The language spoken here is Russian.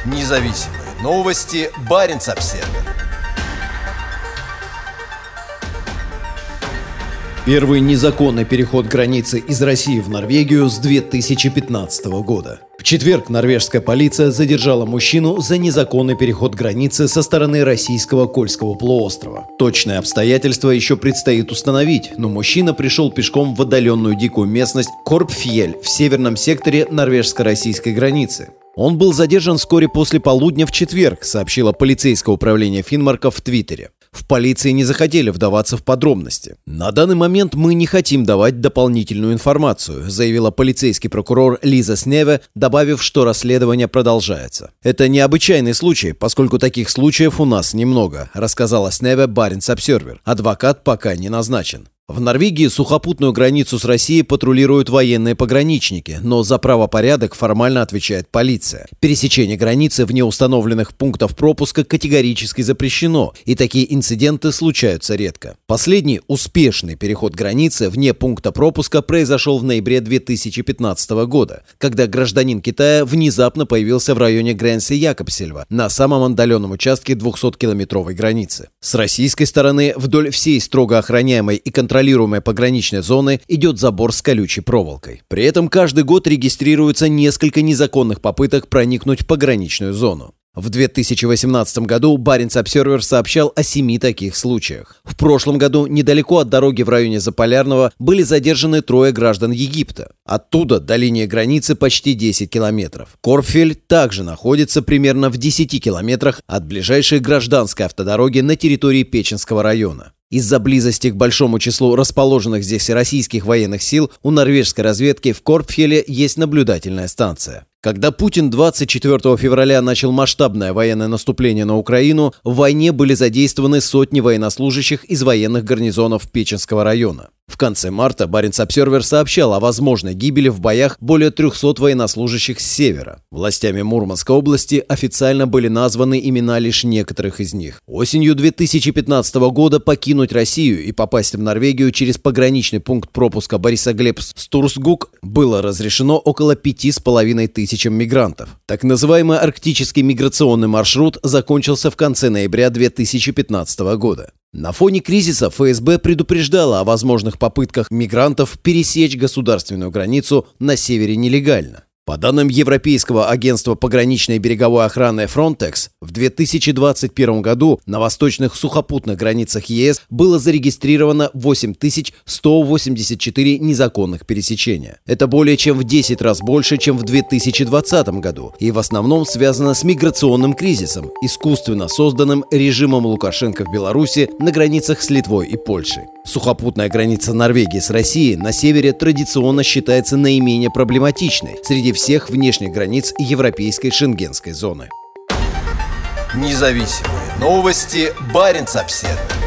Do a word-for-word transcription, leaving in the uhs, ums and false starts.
Независимые новости. Баренц-Обсервер. Первый незаконный переход границы из России в Норвегию с две тысячи пятнадцатого года. В четверг норвежская полиция задержала мужчину за незаконный переход границы со стороны российского Кольского полуострова. Точные обстоятельства еще предстоит установить, но мужчина пришел пешком в отдаленную дикую местность Корпфьель в северном секторе норвежско-российской границы. Он был задержан вскоре после полудня в четверг, сообщило полицейское управление Финмарка в Твиттере. В полиции не захотели вдаваться в подробности. «На данный момент мы не хотим давать дополнительную информацию», заявила полицейский прокурор Лиза Сневе, добавив, что расследование продолжается. «Это необычайный случай, поскольку таких случаев у нас немного», рассказала Сневе Баренц-Обсервер. Адвокат пока не назначен. В Норвегии сухопутную границу с Россией патрулируют военные пограничники, но за правопорядок формально отвечает полиция. Пересечение границы вне установленных пунктов пропуска категорически запрещено, и такие инциденты случаются редко. Последний успешный переход границы вне пункта пропуска произошел в ноябре две тысячи пятнадцатого года, когда гражданин Китая внезапно появился в районе Гренсе-Якобсельва, на самом отдаленном участке двухсоткилометровой границы. С российской стороны вдоль всей строго охраняемой и контролируемой контролируемой пограничной зоны идет забор с колючей проволокой. При этом каждый год регистрируется несколько незаконных попыток проникнуть в пограничную зону. В две тысячи восемнадцатом году Баренц-Обсервер сообщал о семи таких случаях. В прошлом году недалеко от дороги в районе Заполярного были задержаны трое граждан Египта. Оттуда до линии границы почти десять километров. Корпфьель также находится примерно в десяти километрах от ближайшей гражданской автодороги на территории Печенского района. Из-за близости к большому числу расположенных здесь российских военных сил у норвежской разведки в Корпфьеле есть наблюдательная станция. Когда Путин двадцать четвёртого февраля начал масштабное военное наступление на Украину, в войне были задействованы сотни военнослужащих из военных гарнизонов Печенского района. В конце марта Баренц-Обсервер сообщал о возможной гибели в боях более трехсот военнослужащих с севера. Властями Мурманской области официально были названы имена лишь некоторых из них. Осенью две тысячи пятнадцатого года покинуть Россию и попасть в Норвегию через пограничный пункт пропуска Борисоглебск-Стурсгук было разрешено около пяти с половиной тысячам мигрантов. Так называемый арктический миграционный маршрут закончился в конце ноября две тысячи пятнадцатого года. На фоне кризиса эф эс бэ предупреждала о возможных попытках мигрантов пересечь государственную границу на севере нелегально. По данным Европейского агентства пограничной и береговой охраны Frontex, в две тысячи двадцать первом году на восточных сухопутных границах е эс было зарегистрировано восемь тысяч сто восемьдесят четыре незаконных пересечения. Это более чем в десять раз больше, чем в две тысячи двадцатом году, и в основном связано с миграционным кризисом, искусственно созданным режимом Лукашенко в Беларуси на границах с Литвой и Польшей. Сухопутная граница Норвегии с Россией на севере традиционно считается наименее проблематичной среди всех внешних границ европейской шенгенской зоны. Независимые новости. Баренц-Обсервер.